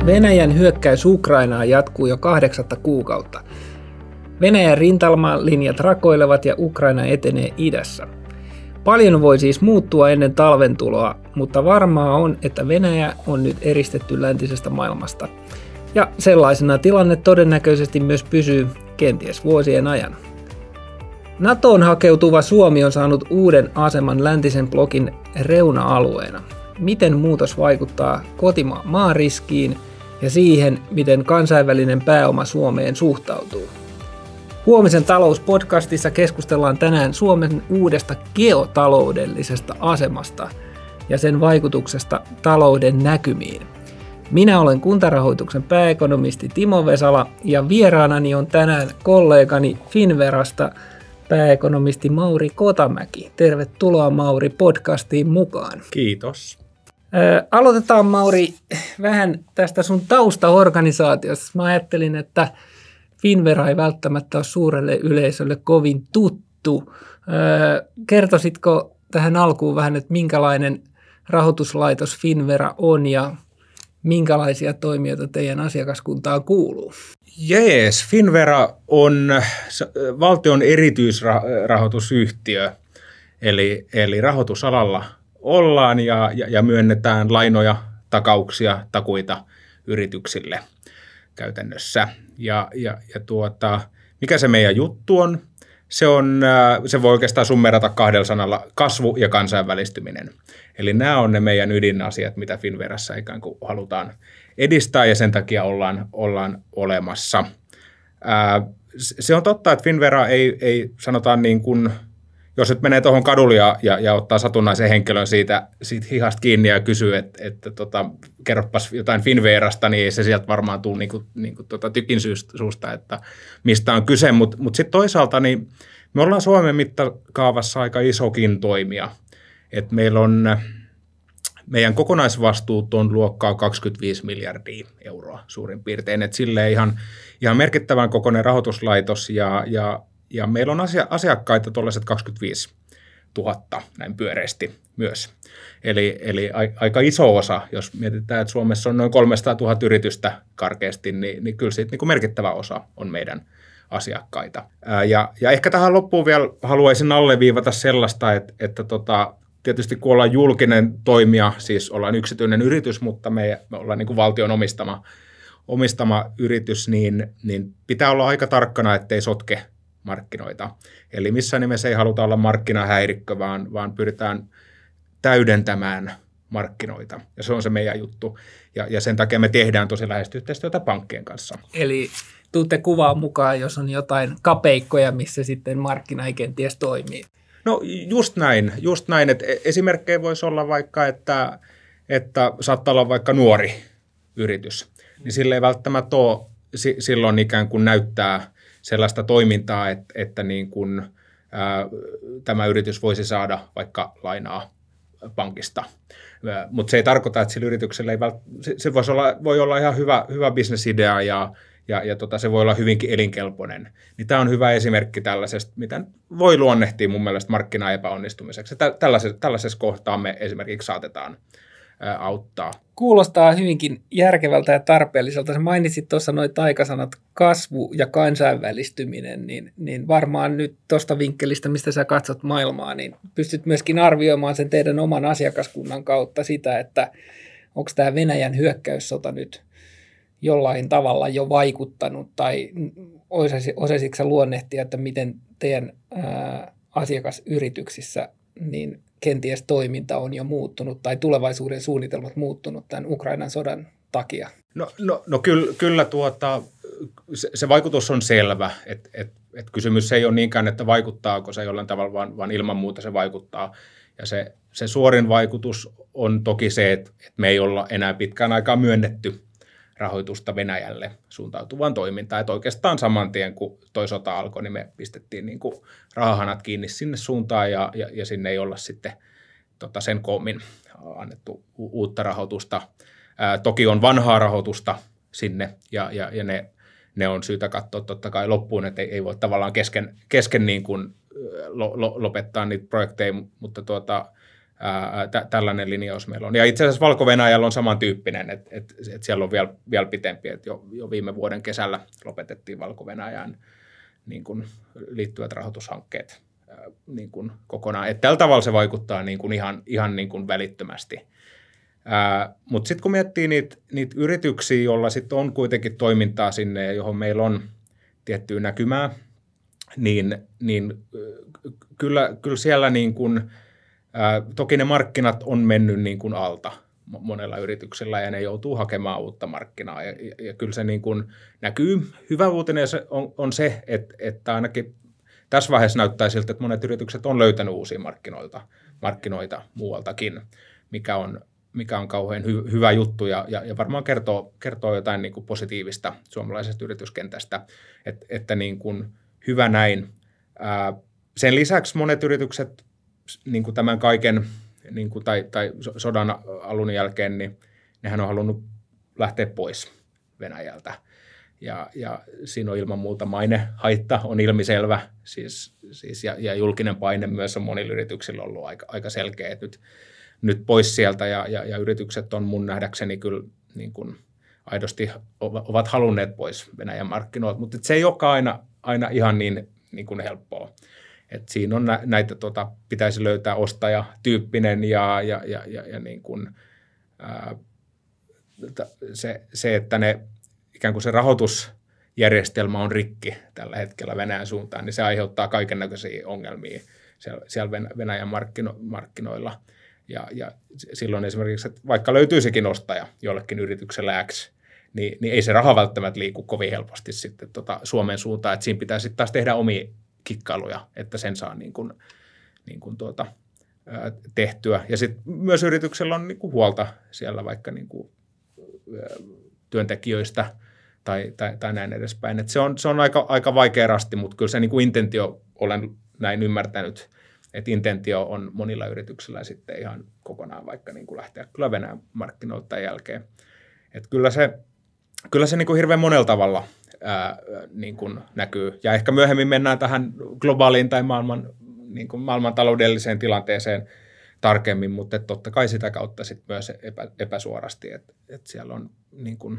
Venäjän hyökkäys Ukrainaan jatkuu jo 8 kuukautta. Venäjän rintamalinjat rakoilevat ja Ukraina etenee idässä. Paljon voi siis muuttua ennen talven tuloa, mutta varmaa on, että Venäjä on nyt eristetty läntisestä maailmasta. Ja sellaisena tilanne todennäköisesti myös pysyy kenties vuosien ajan. NATOon hakeutuva Suomi on saanut uuden aseman läntisen blokin reuna-alueena. Miten muutos vaikuttaa kotimaan maariskiin ja siihen, miten kansainvälinen pääoma Suomeen suhtautuu? Huomisen talouspodcastissa keskustellaan tänään Suomen uudesta geotaloudellisesta asemasta ja sen vaikutuksesta talouden näkymiin. Minä olen Kuntarahoituksen pääekonomisti Timo Vesala ja vieraanani on tänään kollegani Finnverasta pääekonomisti Mauri Kotamäki. Tervetuloa Mauri podcastiin mukaan. Kiitos. Aloitetaan Mauri vähän tästä sun taustaorganisaatiosta. Mä ajattelin, että Finnvera ei välttämättä ole suurelle yleisölle kovin tuttu. Kertoisitko tähän alkuun vähän, että minkälainen rahoituslaitos Finnvera on ja minkälaisia toimijoita teidän asiakaskuntaan kuuluu? Jees, Finnvera on valtion erityisrahoitusyhtiö, eli rahoitusalalla ollaan ja myönnetään lainoja, takauksia, takuita yrityksille käytännössä. Mikä se meidän juttu on? Se voi oikeastaan summerata 2 sanalla: kasvu ja kansainvälistyminen. Eli nämä on ne meidän ydinasiat, mitä Finnverassa ikään kuin halutaan edistää ja sen takia ollaan olemassa. Se on totta, että Finnvera ei sanotaan niin kuin, jos nyt menee tuohon kadulle ja ottaa satunnaisen henkilön siitä hihasta kiinni ja kysyy, että kerropas jotain Finnverasta, niin ei se sieltä varmaan tule tykin suusta, että mistä on kyse. Mutta sitten toisaalta niin me ollaan Suomen mittakaavassa aika isokin toimija. Et meidän kokonaisvastuut on luokkaa 25 miljardia euroa suurin piirtein. Et silleen ihan merkittävän kokoinen rahoituslaitos ja meillä on asiakkaita tuollaiset 25 000 näin pyöreästi myös. Eli aika iso osa, jos mietitään, että Suomessa on noin 300 000 yritystä karkeasti, niin kyllä siitä niin kuin merkittävä osa on meidän asiakkaita. Ja ehkä tähän loppuun vielä haluaisin alleviivata sellaista, että tietysti kun ollaan julkinen toimija, siis ollaan yksityinen yritys, mutta me ollaan niin kuin valtion omistama yritys, niin pitää olla aika tarkkana, ettei sotke markkinoita. Eli missään nimessä ei haluta olla markkinahäirikkö, vaan pyritään täydentämään markkinoita. Ja se on se meidän juttu. Ja sen takia me tehdään tosi läheistä yhteistyötä pankkien kanssa. Eli tuutte kuvaan mukaan, jos on jotain kapeikkoja, missä sitten markkina ei kenties toimii. No just näin. Että esimerkkejä voisi olla vaikka, että saattaa olla vaikka nuori yritys. Niin sille ei välttämättä ole silloin ikään kuin näyttää sellaista toimintaa, että niin kuin, tämä yritys voisi saada vaikka lainaa pankista. Mutta se ei tarkoita, että sillä yrityksellä se voi olla ihan hyvä bisnesidea ja se voi olla hyvinkin elinkelpoinen. Niin tämä on hyvä esimerkki tällaisesta, mitä voi luonnehtia mun mielestä markkinaepäonnistumiseksi. Tällaisessa kohtaa me esimerkiksi saatetaan auttaa. Kuulostaa hyvinkin järkevältä ja tarpeelliselta. Sä mainitsit tuossa nuo taikasanat kasvu ja kansainvälistyminen, niin varmaan nyt tuosta vinkkelistä, mistä sä katsot maailmaa, niin pystyt myöskin arvioimaan sen teidän oman asiakaskunnan kautta sitä, että onko tämä Venäjän hyökkäyssota nyt jollain tavalla jo vaikuttanut, tai osaisitko sä luonnehtia, että miten teidän asiakasyrityksissä niin kenties toiminta on jo muuttunut tai tulevaisuuden suunnitelmat muuttunut tämän Ukrainan sodan takia? No kyllä se vaikutus on selvä, että kysymys ei ole niinkään, että vaikuttaako se jollain tavalla, vaan ilman muuta se vaikuttaa. Ja se suorin vaikutus on toki se, että me ei olla enää pitkään aikaa myönnetty rahoitusta Venäjälle suuntautuvaan toimintaan. Että oikeastaan saman tien, kun toi sota alkoi, niin me pistettiin niin kuin rahahanat kiinni sinne suuntaan ja sinne ei olla sitten sen koommin annettu uutta rahoitusta. Toki on vanhaa rahoitusta sinne ja ne on syytä katsoa totta kai loppuun, että ei voi tavallaan kesken niin kuin lopettaa niitä projekteja, mutta tällainen linjaus meillä on. Ja itse asiassa Valko-Venäjällä on samantyyppinen, että siellä on vielä pitempi, että jo viime vuoden kesällä lopetettiin Valko-Venäjään niin kuin liittyvät rahoitushankkeet niin kuin kokonaan. Että tällä tavalla se vaikuttaa niin kuin ihan niin kuin välittömästi. Mutta sitten kun miettii niitä yrityksiä, joilla sitten on kuitenkin toimintaa sinne ja johon meillä on tiettyä näkymää, niin kyllä siellä niin kuin, toki ne markkinat on mennyt niin kuin alta monella yrityksellä ja ne joutuu hakemaan uutta markkinaa. Ja kyllä se niin kuin näkyy. Hyvä uutinen on se, että ainakin tässä vaiheessa näyttää siltä, että monet yritykset on löytänyt uusia markkinoita muualtakin, mikä on kauhean hyvä juttu ja varmaan kertoo jotain niin kuin positiivista suomalaisesta yrityskentästä, että niin kuin hyvä näin. Sen lisäksi monet yritykset niin kuin tämän kaiken niin kuin, tai sodan alun jälkeen, niin nehän on halunnut lähteä pois Venäjältä. Ja siinä on ilman muuta mainehaitta on ilmiselvä, ja julkinen paine myös on monilla yrityksillä ollut aika selkeä, että nyt pois sieltä, ja yritykset on mun nähdäkseni kyllä niin kuin aidosti ovat halunneet pois Venäjän markkinoilta, mutta se ei olekaan aina ihan niin kuin helppoa. Et siinä on näitä, pitäisi löytää ostajatyyppinen ja niin kuin, se, että ne ikään kuin se rahoitusjärjestelmä on rikki tällä hetkellä Venäjän suuntaan, niin se aiheuttaa kaikennäköisiä ongelmia siellä Venäjän markkinoilla. Ja silloin esimerkiksi, että vaikka löytyisikin ostaja jollekin yrityksellä X, niin ei se raha välttämättä liiku kovin helposti sitten Suomen suuntaan, että siinä pitää sitten taas tehdä omia kikkailuja, että sen saa niin kuin tehtyä. Ja sitten myös yrityksellä on niin kuin huolta siellä vaikka niin kuin työntekijöistä tai näin edespäin. Et se on aika vaikea rasti, mutta kyllä se niin kuin intentio, olen näin ymmärtänyt, että intentio on monilla yrityksillä sitten ihan kokonaan vaikka niin kuin lähteä kyllä Venäjän markkinoilta jälkeen. Et kyllä se niin kuin hirveän monella tavalla niin kuin näkyy. Ja ehkä myöhemmin mennään tähän globaaliin tai maailman taloudelliseen tilanteeseen tarkemmin, mutta totta kai sitä kautta sit myös epäsuorasti, että siellä on, niin kuin,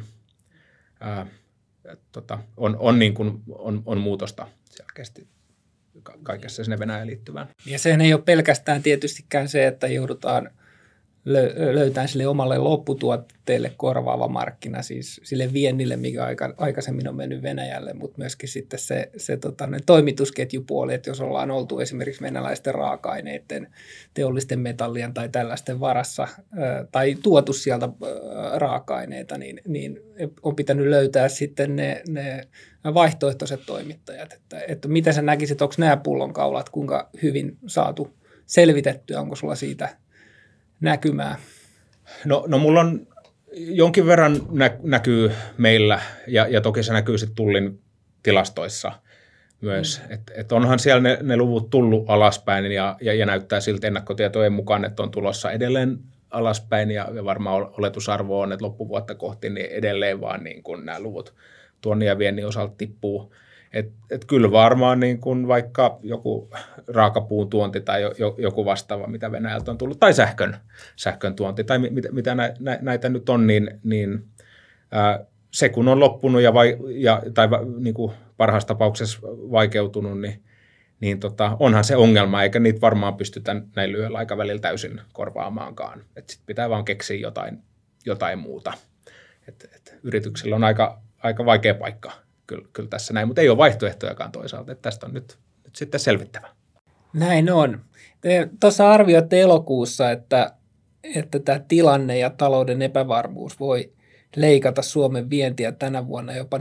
on muutosta selkeästi kaikessa sinne Venäjään liittyvään. Ja sehän ei ole pelkästään tietystikään se, että joudutaan löytämään sille omalle lopputuotteelle korvaava markkina, siis sille viennille, mikä aikaisemmin on mennyt Venäjälle, mutta myöskin sitten se toimitusketjupuoli, että jos ollaan oltu esimerkiksi venäläisten raaka-aineiden, teollisten metallien tai tällaisten varassa tai tuotu sieltä raaka-aineita, niin on pitänyt löytää sitten ne vaihtoehtoiset toimittajat. Että mitä sä näkisit, onko nämä pullonkaulat, kuinka hyvin saatu selvitettyä, onko sulla siitä näkymää? No mulla on jonkin verran näkyy meillä ja toki se näkyy sitten Tullin tilastoissa myös. Että onhan siellä ne luvut tullut alaspäin ja näyttää siltä ennakkotietojen mukaan, että on tulossa edelleen alaspäin ja varmaan oletusarvo on, että loppuvuotta kohti niin edelleen vaan niin kun nämä luvut tuonnin ja viennin osalta tippuu. Et kyllä varmaan niin kuin vaikka joku raakapuun tuonti tai joku vastaava, mitä Venäjältä on tullut, tai sähkön tuonti, tai mitä näitä nyt on, niin se kun on loppunut tai niin kuin parhaassa tapauksessa vaikeutunut, niin onhan se ongelma, eikä niitä varmaan pystytä näin lyhyellä aikavälillä täysin korvaamaankaan. Sitten pitää vaan keksiä jotain muuta. Et yrityksillä on aika vaikea paikka. Kyllä tässä näin, mutta ei ole vaihtoehtojakaan toisaalta, että tästä on nyt sitten selvittävä. Näin on. Te tuossa arvioitte elokuussa, että tämä tilanne ja talouden epävarmuus voi leikata Suomen vientiä tänä vuonna jopa 4-5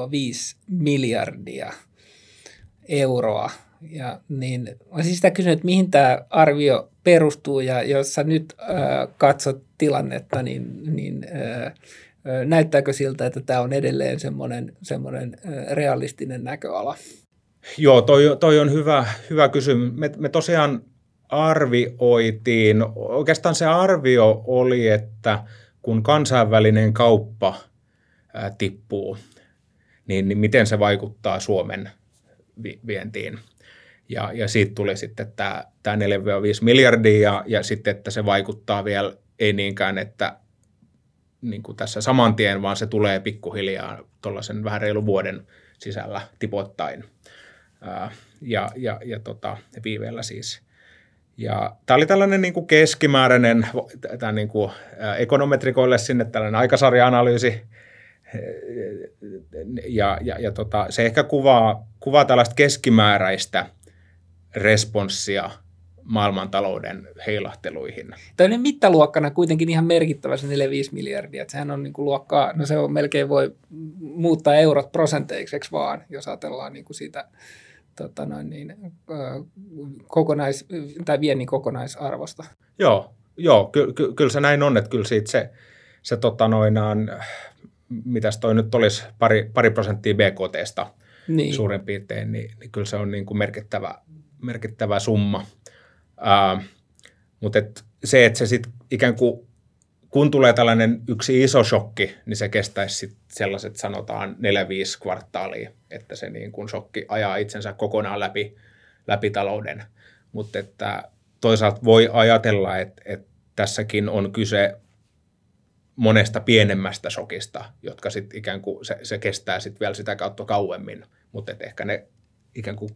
miljardia euroa. Ja niin, olen siis sitä kysynyt, että mihin tämä arvio perustuu, ja jos sä nyt katsot tilannetta, niin näyttääkö siltä, että tämä on edelleen semmoinen realistinen näköala? Joo, toi on hyvä kysymys. Me tosiaan arvioitiin, oikeastaan se arvio oli, että kun kansainvälinen kauppa tippuu, niin miten se vaikuttaa Suomen vientiin. Ja siitä tuli sitten tämä 4-5 miljardia ja sitten, että se vaikuttaa vielä ei niinkään, että niin kuin tässä saman tien, vaan se tulee pikkuhiljaa tuollaisen vähän reilun vuoden sisällä tipoittain ja viiveellä siis. Ja tämä oli tällainen niin kuin keskimääräinen, tämä niin kuin ekonometrikoille sinne tällainen aikasarja-analyysi, ja se ehkä kuvaa tällaista keskimääräistä responssia maailmantalouden heilahteluihin. Tällainen mittaluokkana kuitenkin ihan merkittävä se 4-5 miljardia, että sehän on niin kuin luokkaa, no se on melkein voi muuttaa eurot prosenteiksi vaan, jos ajatellaan niin kuin siitä tai viennin kokonaisarvosta. Joo, kyllä se näin on, että kyllä siitä se mitäs toi nyt olisi pari prosenttia BKT:sta niin suurin piirtein, niin kyllä se on niin kuin merkittävä summa. Mutta se, että se sitten ikään kuin, kun tulee tällainen yksi iso shokki, niin se kestäisi sitten sellaiset sanotaan 4-5 kvartaalia, että se niin kuin shokki ajaa itsensä kokonaan läpi talouden. Mutta että toisaalta voi ajatella, että tässäkin on kyse monesta pienemmästä shokista, jotka sitten ikään kuin se kestää sitten vielä sitä kautta kauemmin, mutta ehkä ne ikään kuin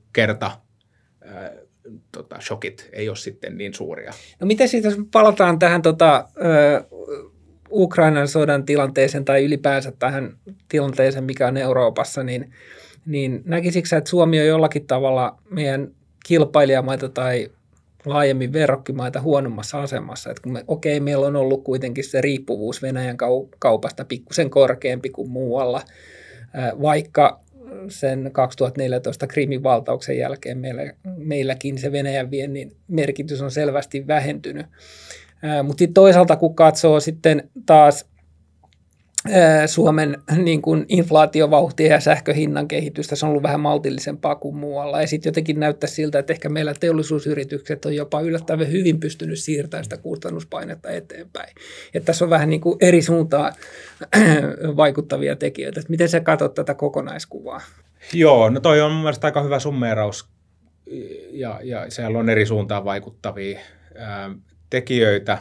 shokit ei ole sitten niin suuria. No miten siitä, jos palataan tähän Ukrainan sodan tilanteeseen tai ylipäänsä tähän tilanteeseen, mikä on Euroopassa, niin näkisikö sä, että Suomi on jollakin tavalla meidän kilpailijamaita tai laajemmin verrokkimaita huonommassa asemassa, että kun meillä on ollut kuitenkin se riippuvuus Venäjän kaupasta pikkusen korkeampi kuin muualla, vaikka sen 2014 Krimin valtauksen jälkeen meilläkin se Venäjän viennin merkitys on selvästi vähentynyt. Mutta sitten toisaalta kun katsoo sitten taas Suomen niin kuin inflaatiovauhtia ja sähköhinnan kehitystä, se on ollut vähän maltillisempaa kuin muualla. Ja sitten jotenkin näyttää siltä, että ehkä meillä teollisuusyritykset on jopa yllättävän hyvin pystynyt siirtämään sitä kustannuspainetta eteenpäin. Että tässä on vähän niin kuin eri suuntaan vaikuttavia tekijöitä. Että miten sä katsot tätä kokonaiskuvaa? Joo, no toi on mun mielestä aika hyvä summeeraus ja siellä on eri suuntaan vaikuttavia tekijöitä.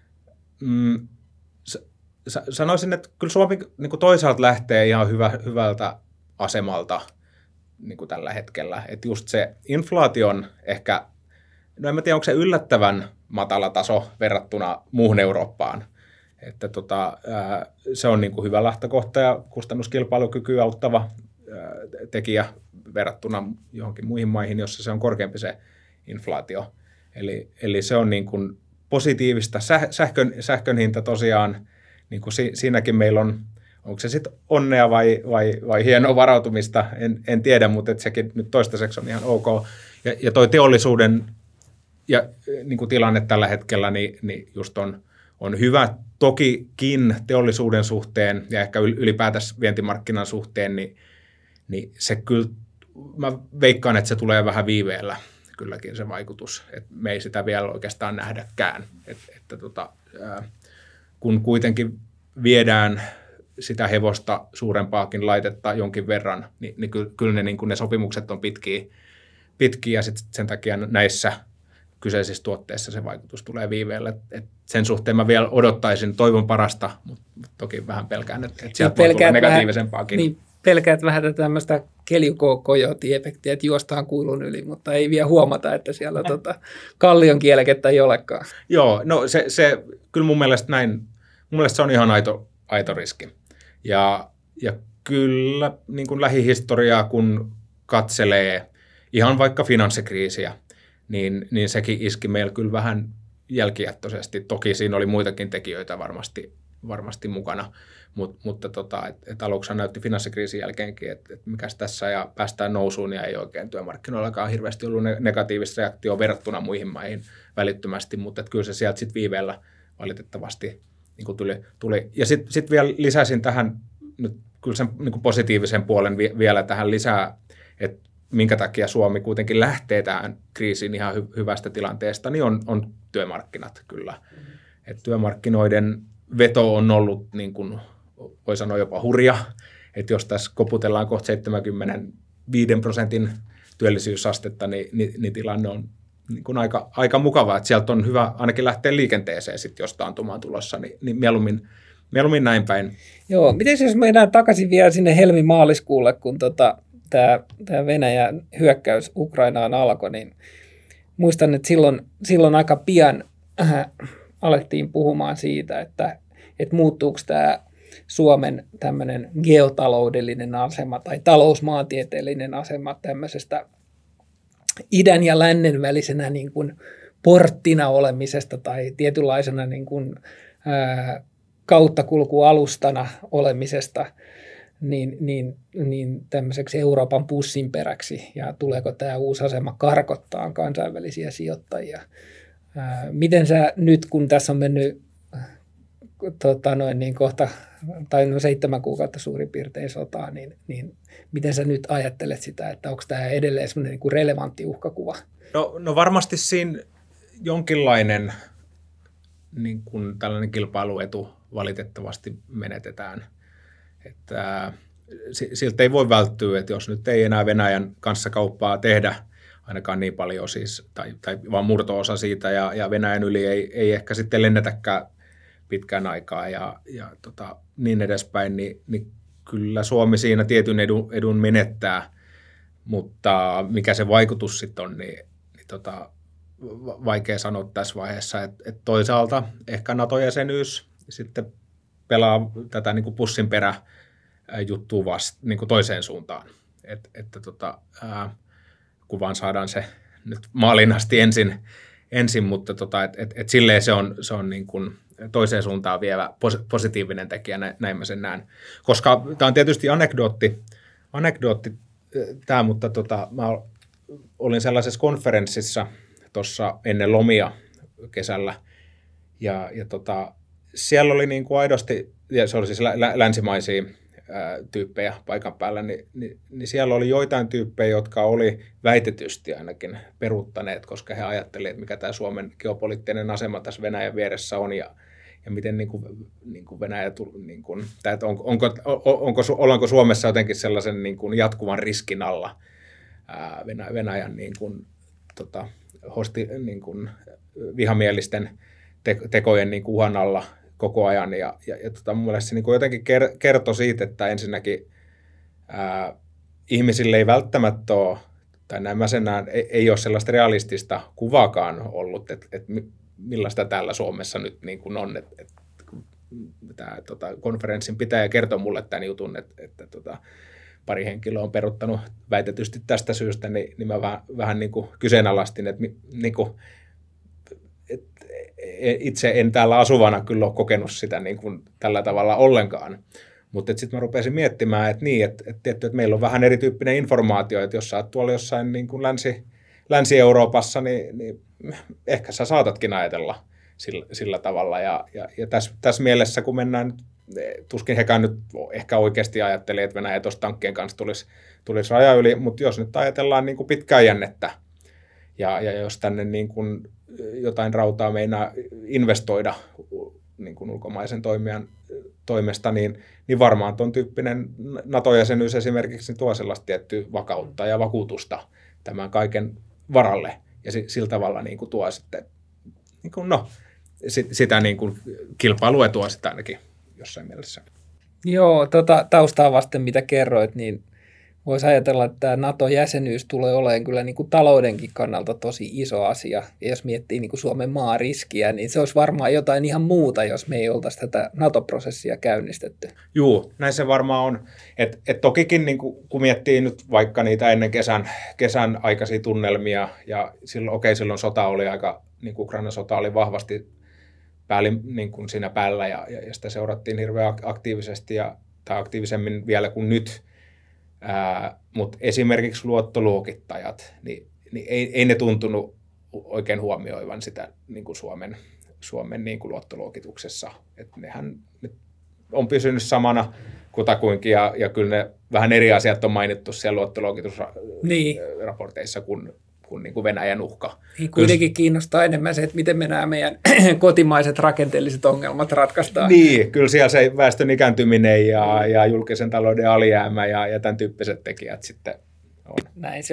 Sanoisin, että kyllä Suomi niin kuin toisaalta lähtee ihan hyvältä asemalta niin kuin tällä hetkellä. Että just se inflaation ehkä, no en mä tiedä, onko se yllättävän matala taso verrattuna muuhun Eurooppaan. Että se on niin kuin hyvä lähtökohta ja kustannuskilpailukykyä auttava tekijä verrattuna johonkin muihin maihin, jossa se on korkeampi se inflaatio. Eli se on niin kuin positiivista. Sähkön hinta tosiaan, niin kuin siinäkin meillä onko se sitten onnea vai hienoa varautumista, en tiedä, mutta sekin nyt toistaiseksi on ihan ok. Ja toi teollisuuden ja niin kuin tilanne tällä hetkellä, niin just on hyvä. Tokikin teollisuuden suhteen ja ehkä ylipäätänsä vientimarkkinan suhteen, niin se kyllä, mä veikkaan, että se tulee vähän viiveellä kylläkin se vaikutus. Et me ei sitä vielä oikeastaan nähdäkään. Kun kuitenkin viedään sitä hevosta suurempaakin laitetta jonkin verran, niin kyllä ne sopimukset on pitkiä ja sen takia näissä kyseisissä tuotteissa se vaikutus tulee viiveellä. Et sen suhteen mä vielä odottaisin, toivon parasta, mutta toki vähän pelkään, että sieltä voi tulla negatiivisempaakin. Niin, pelkäät vähän tätä tämmöistä keljukojooti-efektiä, että juostaan kuilun yli, mutta ei vielä huomata, että siellä kallion kielekettä ei olekaan. Joo, no se kyllä mun mielestä se on ihan aito riski. Ja kyllä niin kuin lähihistoriaa, kun katselee ihan vaikka finanssikriisiä, niin sekin iski meillä kyllä vähän jälkijättöisesti. Toki siinä oli muitakin tekijöitä varmasti mukana, mutta aluksi näytti finanssikriisin jälkeenkin, että mikäs tässä ja päästään nousuun ja ei oikein työmarkkinoillakaan hirveästi ollut negatiivista reaktioa verrattuna muihin maihin välittömästi, mutta kyllä se sieltä sitten viiveellä valitettavasti niin kuin tuli. Ja sitten vielä lisäsin tähän nyt kyllä sen niin kuin positiivisen puolen vielä tähän lisää, että minkä takia Suomi kuitenkin lähtee tähän kriisiin ihan hyvästä tilanteesta, niin on työmarkkinat kyllä. Et työmarkkinoiden veto on ollut, niin kuin voi sanoa, jopa hurja, että jos tässä koputellaan kohta 75% työllisyysastetta, niin tilanne on niin kuin aika mukava, että sieltä on hyvä ainakin lähteä liikenteeseen sitten, jos taantumaan tulossa, niin mieluummin näin päin. Joo, miten jos mennään takaisin vielä sinne helmi-maaliskuulle, kun tämä Venäjän hyökkäys Ukrainaan alkoi, niin muistan, että silloin aika pian alettiin puhumaan siitä, että muuttuuko tämä Suomen tämmöinen geotaloudellinen asema tai talousmaantieteellinen asema tämmöisestä idän ja lännen välisenä niin kuin porttina olemisesta tai tietynlaisena niin kuin, kauttakulkualustana olemisesta niin tämmöiseksi Euroopan pussinperäksi, ja tuleeko tämä uusi asema karkottaa kansainvälisiä sijoittajia. Miten sä nyt, kun tässä on mennyt kohta, tai 7 kuukautta suurin piirtein sotaa, niin miten sä nyt ajattelet sitä, että onko tämä edelleen semmoinen niin kuin relevantti uhkakuva? No varmasti siinä jonkinlainen niin kuin tällainen kilpailuetu valitettavasti menetetään. Että siltä ei voi välttyä, että jos nyt ei enää Venäjän kanssa kauppaa tehdä, ainakaan niin paljon siis, tai vaan murto-osa siitä, ja Venäjän yli ei ehkä sitten lennetäkään pitkään aikaa ja niin edespäin, niin kyllä Suomi siinä tietyn edun menettää, mutta mikä se vaikutus sitten on, niin vaikea sanoa tässä vaiheessa, että toisaalta ehkä NATO-jäsenyys sitten pelaa tätä niin kuin pussinperä juttua vasta niin kuin toiseen suuntaan, että kun vaan saadaan se nyt maaliin asti ensin, mutta et silleen se on niin kuin toiseen suuntaan vielä positiivinen tekijä, näin mä sen näen. Koska tämä on tietysti anekdootti tämä, mutta mä olin sellaisessa konferenssissa tuossa ennen lomia kesällä, ja siellä oli niin kuin aidosti, ja se oli siis länsimaisia tyyppejä paikan päällä, niin siellä oli joitain tyyppejä, jotka oli väitetysti ainakin peruuttaneet, koska he ajattelivat, että mikä tämä Suomen geopoliittinen asema tässä Venäjän vieressä on, ja miten niin kuin Venäjä, niin kuin, että ollaanko Suomessa jotenkin sellaisen niin kuin jatkuvan riskin alla Venäjän niin kuin, niin kuin vihamielisten tekojen niin kuin uhan alla koko ajan, ja mun mielestä se niin kuin jotenkin kertoi siitä, että ensinnäkin ihmisille ei välttämättä ole, tai näin mä sen näen, ei ole sellaista realistista kuvaakaan ollut, että millaista täällä Suomessa nyt niin kuin on, että tämä konferenssin pitäjä kertoi mulle tämän jutun, että pari henkilöä on peruttanut väitetysti tästä syystä, niin mä vähän niin kuin kyseenalaistin, että niin kuin, itse en täällä asuvana kyllä ole kokenut sitä niin kuin tällä tavalla ollenkaan. Mutta sitten mä rupesin miettimään, että meillä on vähän erityyppinen informaatio, että jos sä oot tuolla jossain niin kuin Länsi-Euroopassa, niin ehkä sä saatatkin ajatella sillä tavalla. Ja tässä mielessä, kun mennään, tuskin hekään nyt ehkä oikeasti ajattelee, että Venäjä tuossa tankkien kanssa tulisi raja yli, mutta jos nyt ajatellaan niin kuin pitkää jännettä, ja jos tänne niin kuin jotain rautaa meinaa investoida niin kuin ulkomaisen toimijan toimesta, niin varmaan tuon tyyppinen NATO-jäsenyys esimerkiksi tuo sellaista tiettyä vakautta ja vakuutusta tämän kaiken varalle. Ja sillä tavalla niin kuin tuo sitten niin kuin, sitä niin kuin kilpailuetua sitä ainakin jossain mielessä. Joo, taustaa vasten mitä kerroit, niin voisi ajatella, että tämä NATO-jäsenyys tulee olemaan kyllä niin kuin taloudenkin kannalta tosi iso asia. Ja jos miettii niin kuin Suomen maariskiä, niin se olisi varmaan jotain ihan muuta, jos me ei oltaisi tätä NATO-prosessia käynnistetty. Joo, näin se varmaan on. Et tokikin niin kun miettii nyt vaikka niitä ennen kesän aikaisia tunnelmia, ja silloin sota oli aika, niin kuin Ukrainan sota oli vahvasti niin kuin siinä päällä, ja sitä seurattiin hirveän aktiivisesti, tai aktiivisemmin vielä kuin nyt. Mutta esimerkiksi luottoluokittajat, niin ei ne tuntunut oikein huomioivan sitä niin kuin Suomen niin kuin luottoluokituksessa. Et nehän nyt on pysynyt samana kutakuinkin, ja kyllä ne vähän eri asiat on mainittu siellä luottoluokitusraporteissa kuin Venäjän uhka. Kuitenkin kiinnostaa enemmän se, että miten me nämä meidän kotimaiset rakenteelliset ongelmat ratkaistaan. Niin, kyllä siellä se väestön ikääntyminen ja julkisen talouden alijäämä ja tämän tyyppiset tekijät sitten on. Näin se on.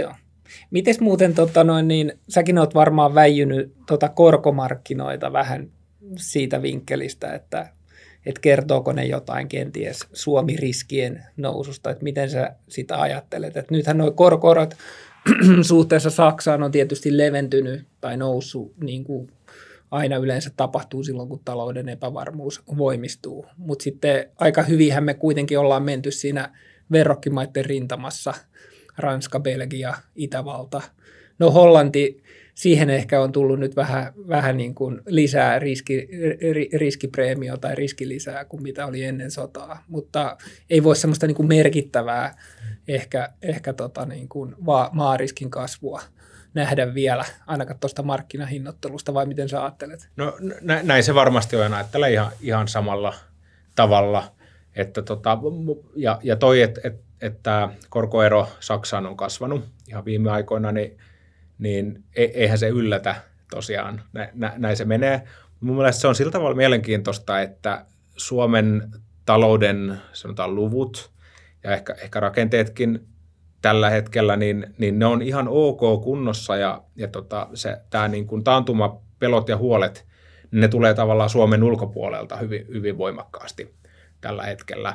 Mites muuten, säkin oot varmaan väijynyt korkomarkkinoita vähän siitä vinkkelistä, että kertooko ne jotain kenties Suomi-riskien noususta, että miten sä sitä ajattelet. Että nythän nuo korkorot suhteessa Saksaan on tietysti leventynyt tai noussut, niin kuin aina yleensä tapahtuu silloin, kun talouden epävarmuus voimistuu. Mutta sitten aika hyvinhän me kuitenkin ollaan menty siinä verrokkimaiden rintamassa, Ranska, Belgia, Itävalta. No Hollanti, siihen ehkä on tullut nyt vähän niin kuin lisää riskipreemiota tai riskilisää kuin mitä oli ennen sotaa, mutta ei voi semmoista niin kuin merkittävää ehkä niin kuin maariskin kasvua nähdä vielä, ainakaan tuosta markkinahinnoittelusta, vai miten sä ajattelet? No näin se varmasti on, ajattelen ihan samalla tavalla, että ja toi, että korkoero Saksaan on kasvanut ihan viime aikoina, niin eihän se yllätä tosiaan, näin se menee. Mun mielestä se on sillä tavalla mielenkiintoista, että Suomen talouden sanotaan luvut ja ehkä rakenteetkin tällä hetkellä, niin ne on ihan ok kunnossa ja tämä niin kuin taantuma, pelot ja huolet, ne tulee tavallaan Suomen ulkopuolelta hyvin, hyvin voimakkaasti tällä hetkellä.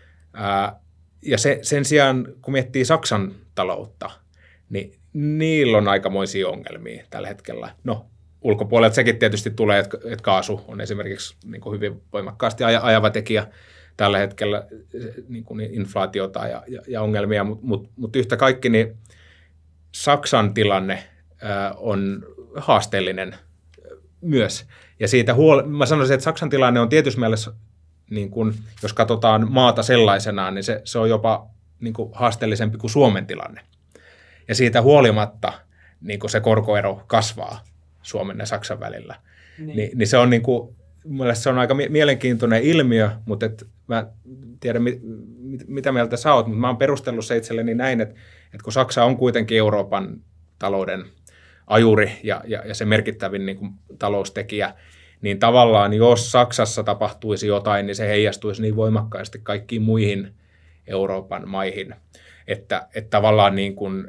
Ja sen sijaan, kun miettii Saksan taloutta, niin niillä on aikamoisia ongelmia tällä hetkellä. No, ulkopuolelta sekin tietysti tulee, että kaasu on esimerkiksi niin kuin hyvin voimakkaasti ajava tekijä tällä hetkellä, niin kuin inflaatiota ja ongelmia, mutta yhtä kaikki niin Saksan tilanne on haasteellinen myös. Ja siitä mä sanoisin, että Saksan tilanne on tietyssä mielessä, niin kuin, jos katsotaan maata sellaisenaan, niin se on jopa niin kuin haasteellisempi kuin Suomen tilanne. Ja siitä huolimatta niin kuin se korkoero kasvaa Suomen ja Saksan välillä. Niin se on niin kuin, mielestäni se on aika mielenkiintoinen ilmiö, mutta mä tiedän, mitä mieltä sä oot, mutta mä oon perustellut se itselleni näin, että kun Saksa on kuitenkin Euroopan talouden ajuri ja se merkittävin niin kuin taloustekijä, niin tavallaan jos Saksassa tapahtuisi jotain, niin se heijastuisi niin voimakkaasti kaikkiin muihin Euroopan maihin, että tavallaan niin kuin,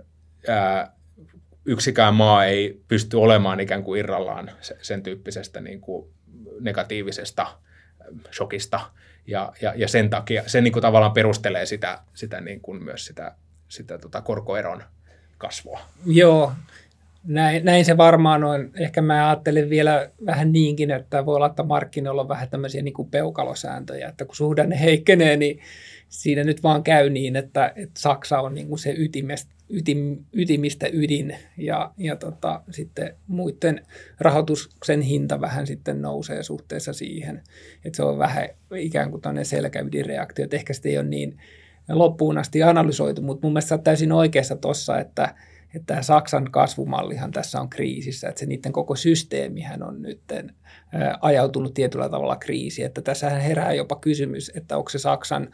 yksikään maa ei pysty olemaan ikään kuin irrallaan sen tyyppisestä niin kuin negatiivisesta shokista, ja sen takia se niin kuin tavallaan perustelee sitä niin kuin myös sitä korkoeron kasvua. Joo, näin se varmaan on. Ehkä mä ajattelen vielä vähän niinkin, että voi olla, että markkinoilla on vähän tämmöisiä niin kuin peukalosääntöjä, että kun suhdanne heikkenee, niin siinä nyt vaan käy niin, että Saksa on niin kuin se ytimistä ydin ja sitten muiden rahoituksen hinta vähän sitten nousee suhteessa siihen, että se on vähän ikään kuin tämmöinen selkäydinreaktio, että ehkä sitä ei ole niin loppuun asti analysoitu, mutta mun mielestä sä oot täysin oikeassa tuossa, että Saksan kasvumallihan tässä on kriisissä, että se niiden koko systeemihän on nyt ajautunut tietyllä tavalla kriisiin, että tässähän herää jopa kysymys, että onko se Saksan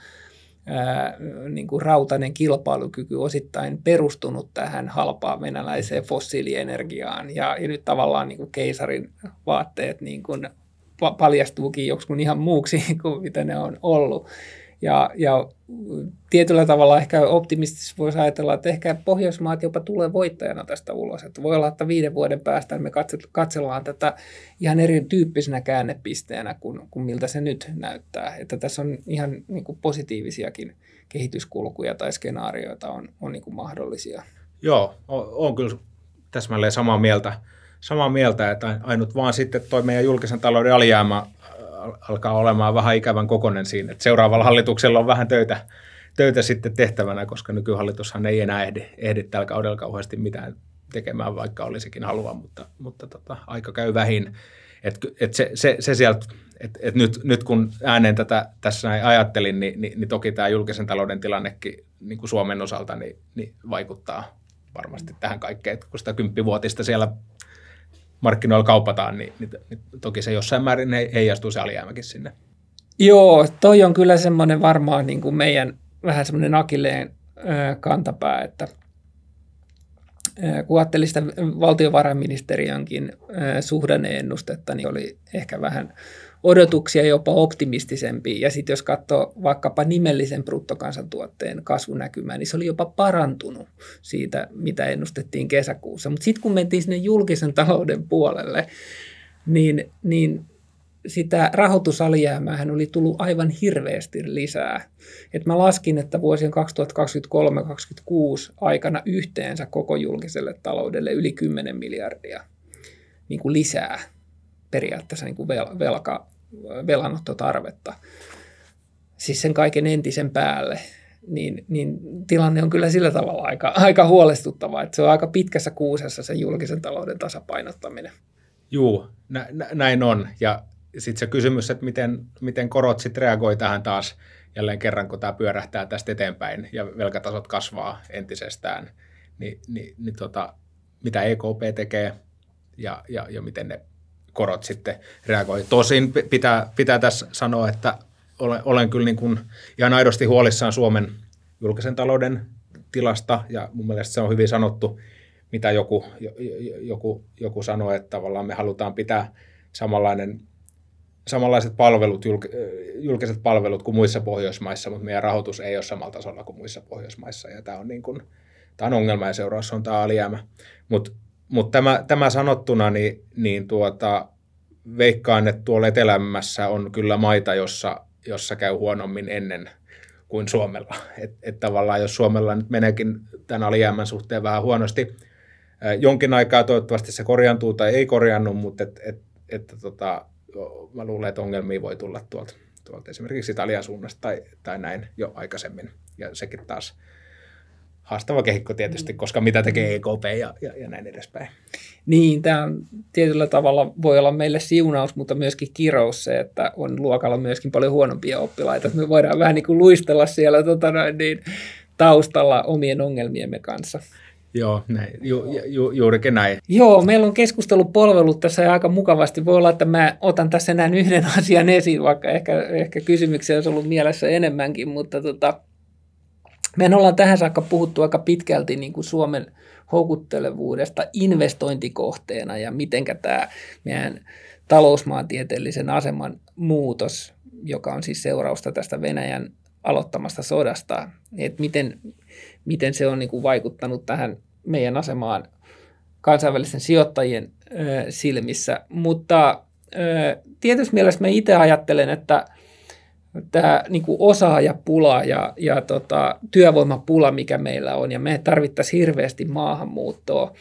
niin kuin rautainen kilpailukyky osittain perustunut tähän halpaan venäläiseen fossiilienergiaan ja nyt tavallaan niin kuin keisarin vaatteet niin kuin paljastuukin joksikun ihan muuksi kuin mitä ne on ollut. Ja tietyllä tavalla ehkä optimistisesti voisi ajatella, että ehkä Pohjoismaat jopa tulee voittajana tästä ulos. Että voi olla, että 5 vuoden päästä me katsellaan tätä ihan erityyppisenä käännepisteenä kuin miltä se nyt näyttää. Että tässä on ihan niin kuin positiivisiakin kehityskulkuja tai skenaarioita on niin kuin mahdollisia. Joo, on kyllä täsmälleen samaa mieltä, että ainut vaan sitten toi meidän julkisen talouden alijäämä alkaa olemaan vähän ikävän kokoinen siinä, että seuraavalla hallituksella on vähän töitä sitten tehtävänä, koska nykyhallitushan ei enää ehdi tällä kaudella kauheasti mitään tekemään, vaikka olisikin halua, mutta aika käy vähin. Se sieltä, että nyt kun ääneen tätä tässä näin ajattelin, niin toki tämä julkisen talouden tilannekin niin kuin Suomen osalta niin vaikuttaa varmasti tähän kaikkeen, että kun sitä 10-vuotista siellä markkinoilla kaupataan, niin toki se jossain määrin heijastuu se alijäämäkin sinne. Joo, toi on kyllä semmoinen varmaan niin kuin meidän vähän semmoinen akilleen kantapää, että kun ajattelin sitä valtiovarainministeriönkin suhdanneennustetta, niin oli ehkä vähän odotuksia jopa optimistisempi. Ja sitten jos katsoo vaikkapa nimellisen bruttokansantuotteen kasvunäkymää, niin se oli jopa parantunut siitä, mitä ennustettiin kesäkuussa. Mutta sitten kun mentiin sinne julkisen talouden puolelle, niin sitä rahoitusalijäämäähän oli tullut aivan hirveästi lisää. Et mä laskin, että vuosien 2023-2026 aikana yhteensä koko julkiselle taloudelle yli 10 miljardia niin kuin lisää periaatteessa niin kuin velanottotarvetta. Siis sen kaiken entisen päälle. Niin tilanne on kyllä sillä tavalla aika huolestuttava, että se on aika pitkässä kuusessa se julkisen talouden tasapainottaminen. Juu, näin on. Ja sitten se kysymys, että miten korot sitten reagoi tähän taas jälleen kerran, kun tämä pyörähtää tästä eteenpäin ja velkatasot kasvaa entisestään, mitä EKP tekee ja miten ne korot sitten reagoi. Tosin pitää tässä sanoa, että olen kyllä niin kuin ihan aidosti huolissaan Suomen julkisen talouden tilasta, ja mun mielestä se on hyvin sanottu, mitä joku sanoi, että tavallaan me halutaan pitää samanlaiset palvelut, julkiset palvelut kuin muissa Pohjoismaissa, mutta meidän rahoitus ei ole samalla tasolla kuin muissa Pohjoismaissa, ja tämä on ongelma, ja seuraus on tämä alijäämä. Mutta tämä sanottuna, veikkaan, että tuolla etelämässä on kyllä maita, jossa käy huonommin ennen kuin Suomella. Että tavallaan jos Suomella nyt meneekin tämän alijäämän suhteen vähän huonosti, jonkin aikaa toivottavasti se korjaantuu tai ei korjaannu, mutta mä luulen, että ongelmia voi tulla tuolta esimerkiksi Italian suunnasta tai näin jo aikaisemmin. Ja sekin taas haastava kehikko tietysti, koska mitä tekee EKP ja näin edespäin. Niin, tämä on tietyllä tavalla voi olla meille siunaus, mutta myöskin kirous se, että on luokalla myöskin paljon huonompia oppilaita. Me voidaan vähän niin kuin luistella siellä taustalla omien ongelmiemme kanssa. Joo, näin. Juurikin näin. Joo, meillä on keskustelupalvelut tässä aika mukavasti. Voi olla, että mä otan tässä enää yhden asian esiin, vaikka ehkä kysymyksiä olisi ollut mielessä enemmänkin, mutta me ollaan tähän saakka puhuttu aika pitkälti niin kuin Suomen houkuttelevuudesta investointikohteena ja mitenkä tämä meidän talousmaantieteellisen aseman muutos, joka on siis seurausta tästä Venäjän aloittamasta sodasta, että miten se on niin kuin vaikuttanut tähän meidän asemaan kansainvälisten sijoittajien silmissä. Mutta tietysti mielessä mä itse ajattelen, että tämä niin kuin osaajapula ja työvoimapula, mikä meillä on, ja me tarvittaisiin hirveästi maahanmuuttoa,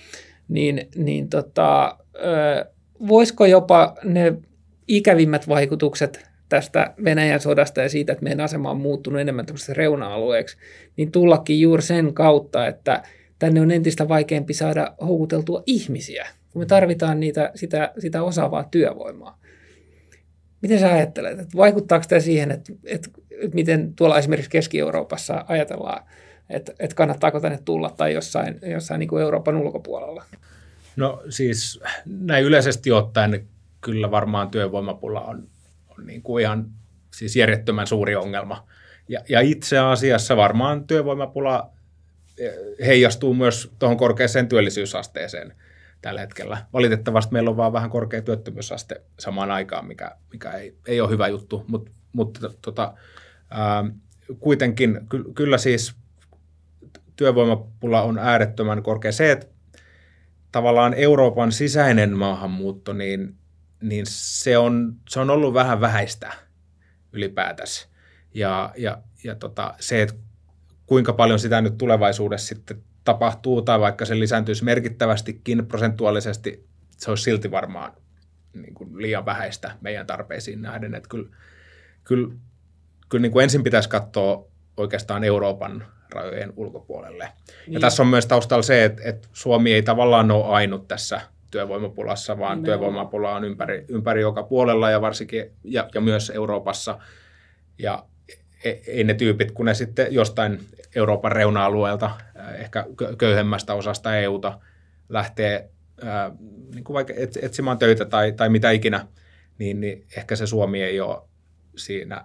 voisiko jopa ne ikävimmät vaikutukset tästä Venäjän sodasta ja siitä, että meidän asema on muuttunut enemmän tämmöiseksi reuna-alueeksi, niin tullakin juuri sen kautta, että tänne on entistä vaikeampi saada houkuteltua ihmisiä, kun me tarvitaan sitä osaavaa työvoimaa. Miten sä ajattelet, että vaikuttaako tämä siihen, että miten tuolla esimerkiksi Keski-Euroopassa ajatellaan, että kannattaako tänne tulla tai jossain niin kuin Euroopan ulkopuolella? No siis näin yleisesti ottaen kyllä varmaan työvoimapula on niin kuin ihan siis järjettömän suuri ongelma. Ja itse asiassa varmaan työvoimapula heijastuu myös tuohon korkeaseen työllisyysasteeseen tällä hetkellä. Valitettavasti meillä on vaan vähän korkea työttömyysaste samaan aikaan, mikä ei ole hyvä juttu, mutta kuitenkin kyllä siis työvoimapula on äärettömän korkea. Se, että tavallaan Euroopan sisäinen maahanmuutto, niin se on ollut vähän vähäistä ylipäätänsä. Ja se, että kuinka paljon sitä nyt tulevaisuudessa sitten tapahtuu, tai vaikka se lisääntyisi merkittävästikin prosentuaalisesti, se olisi silti varmaan niin kuin liian vähäistä meidän tarpeisiin nähden. Että kyllä niin kuin ensin pitäisi katsoa oikeastaan Euroopan rajojen ulkopuolelle. Niin. Ja tässä on myös taustalla se, että Suomi ei tavallaan ole ainut tässä työvoimapulassa, vaan työvoimapula on ympäri joka puolella ja varsinkin ja myös Euroopassa. Ja ei ne tyypit, kun ne sitten jostain Euroopan reuna-alueelta, ehkä köyhemmästä osasta EUta lähtee niin kuin vaikka etsimään töitä tai mitä ikinä, niin ehkä se Suomi ei ole siinä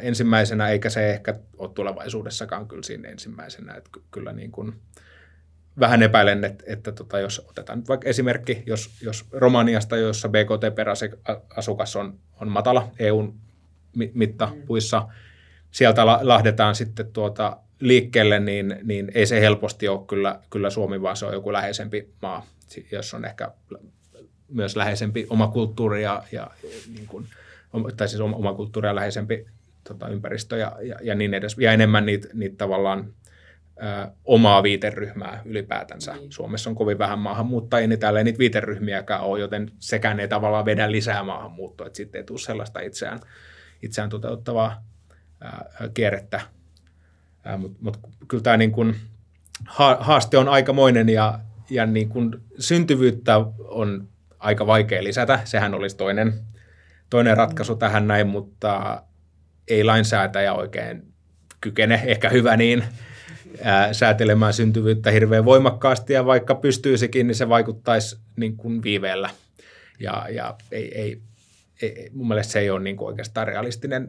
ensimmäisenä, eikä se ehkä ole tulevaisuudessakaan kyllä siinä ensimmäisenä. Että kyllä niin kuin vähän epäilen, että jos otetaan nyt vaikka esimerkki, jos Romaniasta, jossa BKT per asukas on matala EUn mittapuissa, sieltä lähdetään sitten liikkeelle, niin ei se helposti ole kyllä Suomi, vaan se on joku läheisempi maa, jos on ehkä myös läheisempi oma kulttuuri tai siis oma kulttuuri ja läheisempi ympäristö ja niin edes, ja enemmän niitä tavallaan omaa viiteryhmää ylipäätänsä. Suomessa on kovin vähän maahanmuuttajia, niin täällä ei niitä viiteryhmiäkään ole, joten sekään ei tavallaan vedä lisää maahanmuuttoa, että sitten ei tule sellaista itseään toteuttavaa kierrettä. Mutta kyllä tämä niin kuin haaste on aikamoinen ja niin kuin syntyvyyttä on aika vaikea lisätä. Sehän olisi toinen ratkaisu tähän näin, mutta ei lainsäätäjä oikein kykene, ehkä hyvä niin, säätelemään syntyvyyttä hirveän voimakkaasti, ja vaikka pystyisikin, niin se vaikuttaisi niin kuin viiveellä. Ja ei, mun mielestä se ei ole niin kuin oikeastaan realistinen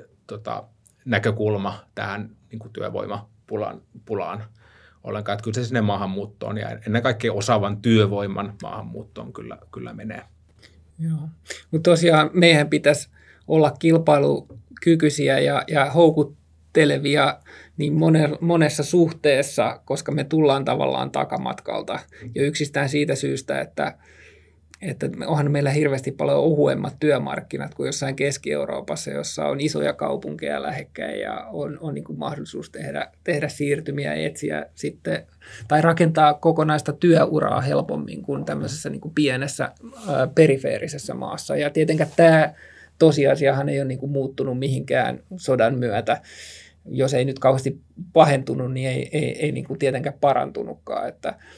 näkökulma tähän niin kuin työvoimapulaan ollenkaan. Että kyllä se sinne maahanmuuttoon ja ennen kaikkea osaavan työvoiman maahanmuuttoon kyllä menee. Joo, mutta tosiaan meidän pitäisi olla kilpailukykyisiä ja houkuttelevia niin monessa suhteessa, koska me tullaan tavallaan takamatkalta. Ja yksistään siitä syystä, että onhan meillä hirveästi paljon ohuemmat työmarkkinat kuin jossain Keski-Euroopassa, jossa on isoja kaupunkeja lähekkäin ja on niin kuin mahdollisuus tehdä siirtymiä, etsiä sitten, tai rakentaa kokonaista työuraa helpommin kuin tämmöisessä niin kuin pienessä perifeerisessä maassa. Ja tietenkään tämä tosiasiahan ei ole niin kuin muuttunut mihinkään sodan myötä. Jos ei nyt kauheasti pahentunut, niin ei niin kuin tietenkään parantunutkaan.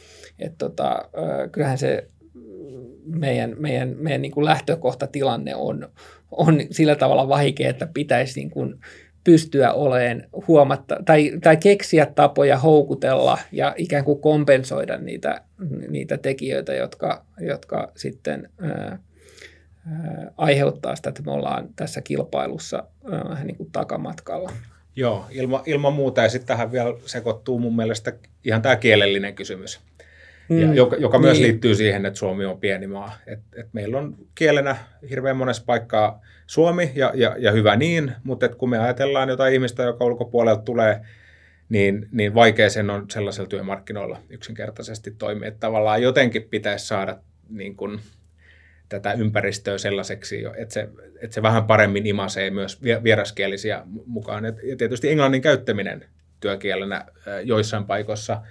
Kyllähän se meidän niin kuin lähtökohtatilanne on sillä tavalla vaikea, että pitäisi niin kuin pystyä olemaan tai keksiä tapoja houkutella ja ikään kuin kompensoida niitä tekijöitä, jotka sitten aiheuttaa sitä, että me ollaan tässä kilpailussa vähän niin kuin takamatkalla. Joo, ilman muuta. Ja sitten tähän vielä sekoittuu mun mielestä ihan tämä kielellinen kysymys. Joka myös liittyy siihen, että Suomi on pieni maa. Et meillä on kielenä hirveän monessa paikkaa suomi ja hyvä niin, mutta kun me ajatellaan jotain ihmistä, joka ulkopuolelta tulee, niin vaikea sen on sellaisella työmarkkinoilla yksinkertaisesti toimia. Että tavallaan jotenkin pitäisi saada niin kun, tätä ympäristöä sellaiseksi, että se vähän paremmin imasee myös vieraskielisiä mukaan. Ja tietysti englannin käyttäminen työkielenä joissain paikoissa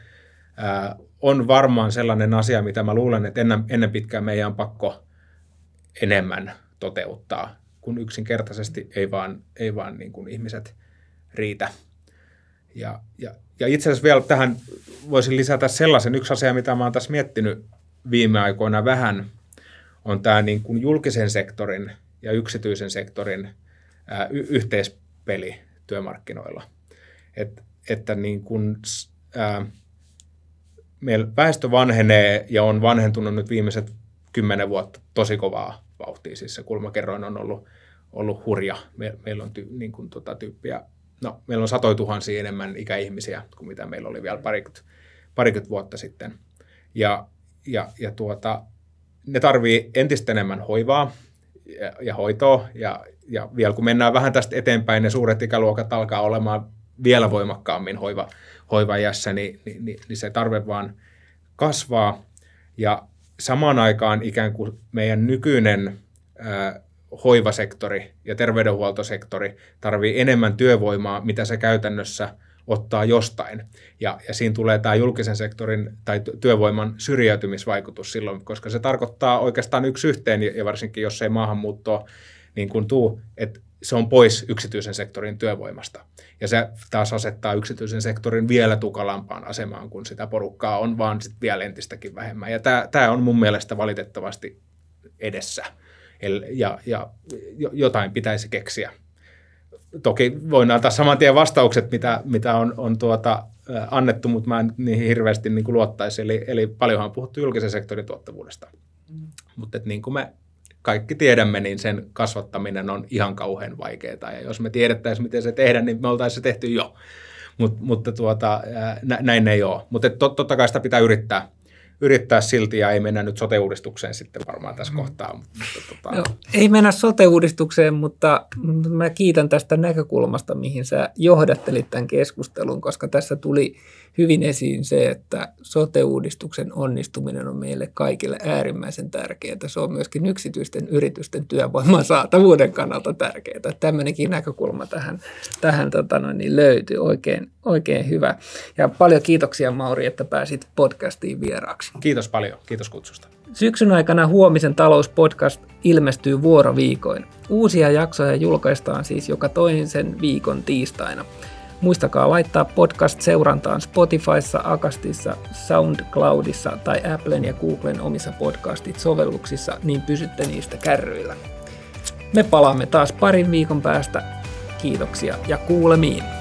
on varmaan sellainen asia, mitä mä luulen, että ennen pitkään meidän on pakko enemmän toteuttaa, kun yksinkertaisesti ei vaan niin kuin ihmiset riitä. Ja itse asiassa vielä tähän voisin lisätä sellaisen yksi asia, mitä mä oon tässä miettinyt viime aikoina vähän, on tämä niin kuin julkisen sektorin ja yksityisen sektorin yhteispeli työmarkkinoilla. Että niin kuin, meillä väestö vanhenee ja on vanhentunut nyt viimeiset 10 vuotta tosi kovaa vauhtia. Siis se kulmakerroin on ollut hurja. Meillä on niin kuin tyyppiä, meillä on 100 000 enemmän ikäihmisiä kuin mitä meillä oli vielä parikymmentä vuotta sitten. Ja ne tarvii entistä enemmän hoivaa ja hoitoa. Ja vielä kun mennään vähän tästä eteenpäin, ne suuret ikäluokat alkaa olemaan vielä voimakkaammin hoivaiässä, niin se tarve vaan kasvaa. Ja samaan aikaan ikään kuin meidän nykyinen hoivasektori ja terveydenhuoltosektori tarvii enemmän työvoimaa, mitä se käytännössä ottaa jostain. Ja siinä tulee tämä julkisen sektorin tai työvoiman syrjäytymisvaikutus silloin, koska se tarkoittaa oikeastaan yksi yhteen, ja varsinkin jos ei maahanmuuttoa niin kuin tuu, että se on pois yksityisen sektorin työvoimasta. Ja se taas asettaa yksityisen sektorin vielä tukalampaan asemaan, kun sitä porukkaa on vaan sit vielä entistäkin vähemmän. Ja tämä on mun mielestä valitettavasti edessä. Ja jotain pitäisi keksiä. Toki voin antaa saman tien vastaukset, mitä on annettu, mutta mä en niihin hirveästi niin kuin luottaisi. Eli paljonhan on puhuttu julkisen sektorin tuottavuudesta. Mutta niin kuin me kaikki tiedämme, niin sen kasvattaminen on ihan kauhean vaikeaa. Ja jos me tiedettäisiin, miten se tehdään, niin me oltaisiin se tehty jo. mutta näin ei ole. Mutta totta kai sitä pitää yrittää silti, ja ei mennä nyt sote-uudistukseen sitten varmaan tässä kohtaa. No, ei mennä sote-uudistukseen, mutta mä kiitän tästä näkökulmasta, mihin sä johdattelit tämän keskustelun, koska tässä tuli hyvin esiin se, että sote-uudistuksen onnistuminen on meille kaikille äärimmäisen tärkeää. Se on myöskin yksityisten yritysten työvoiman saatavuuden kannalta tärkeää. Tämmöinenkin näkökulma tähän löytyy. Oikein hyvä. Ja paljon kiitoksia, Mauri, että pääsit podcastiin vieraaksi. Kiitos paljon. Kiitos kutsusta. Syksyn aikana Huomisen talouspodcast ilmestyy vuoroviikoin. Uusia jaksoja julkaistaan siis joka toisen viikon tiistaina. Muistakaa laittaa podcast seurantaan Spotifyssa, Acastissa, SoundCloudissa tai Applen ja Googlen omissa podcastit-sovelluksissa, niin pysytte niistä kärryillä. Me palaamme taas parin viikon päästä. Kiitoksia ja kuulemiin.